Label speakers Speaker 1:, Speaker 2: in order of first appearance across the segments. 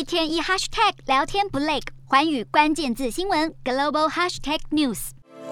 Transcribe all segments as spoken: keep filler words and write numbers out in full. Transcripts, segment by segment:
Speaker 1: 天一 hashtag 聊天不累，寰宇关键字新闻 global hashtag news。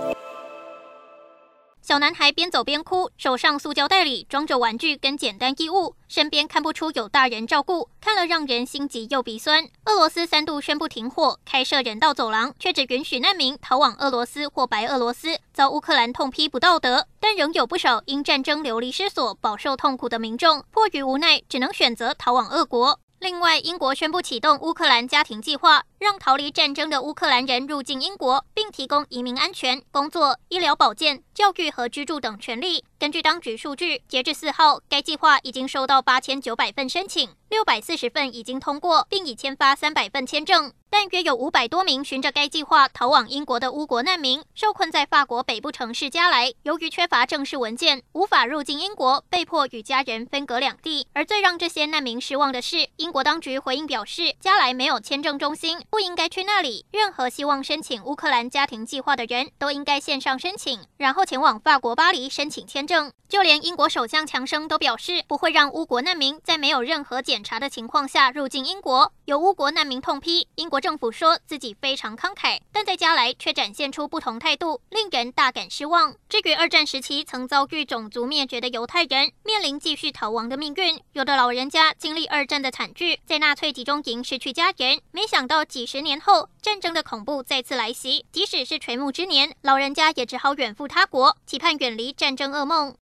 Speaker 2: 小男孩边走边哭，手上塑胶袋里装着玩具跟简单衣物，身边看不出有大人照顾，看了让人心急又鼻酸。俄罗斯三度宣布停火，开设人道走廊，却只允许难民逃往俄罗斯或白俄罗斯，遭乌克兰痛批不道德。但仍有不少因战争流离失所、饱受痛苦的民众，迫于无奈，只能选择逃往俄国。另外，英国宣布启动乌克兰家庭计划，让逃离战争的乌克兰人入境英国，并提供移民安全、工作、医疗保健、教育和居住等权利。根据当局数据，截至四号，该计划已经收到八千九百份申请，六百四十份已经通过，并已签发三百份签证。但约有五百多名循着该计划逃往英国的乌国难民，受困在法国北部城市加莱，由于缺乏正式文件，无法入境英国，被迫与家人分隔两地。而最让这些难民失望的是，英国当局回应表示，加莱没有签证中心，不应该去那里。任何希望申请乌克兰家庭计划的人都应该线上申请，然后前往法国巴黎申请签证。就连英国首相强生都表示，不会让乌国难民在没有任何检查的情况下入境英国。有乌国难民痛批，英国政府说自己非常慷慨，但在加莱却展现出不同态度，令人大感失望。至于二战时期曾遭遇种族灭绝的犹太人，面临继续逃亡的命运。有的老人家经历二战的惨剧，在纳粹集中营失去家人，没想到几十年后，战争的恐怖再次来袭。即使是垂暮之年，老人家也只好远赴他国，期盼远离战争噩梦。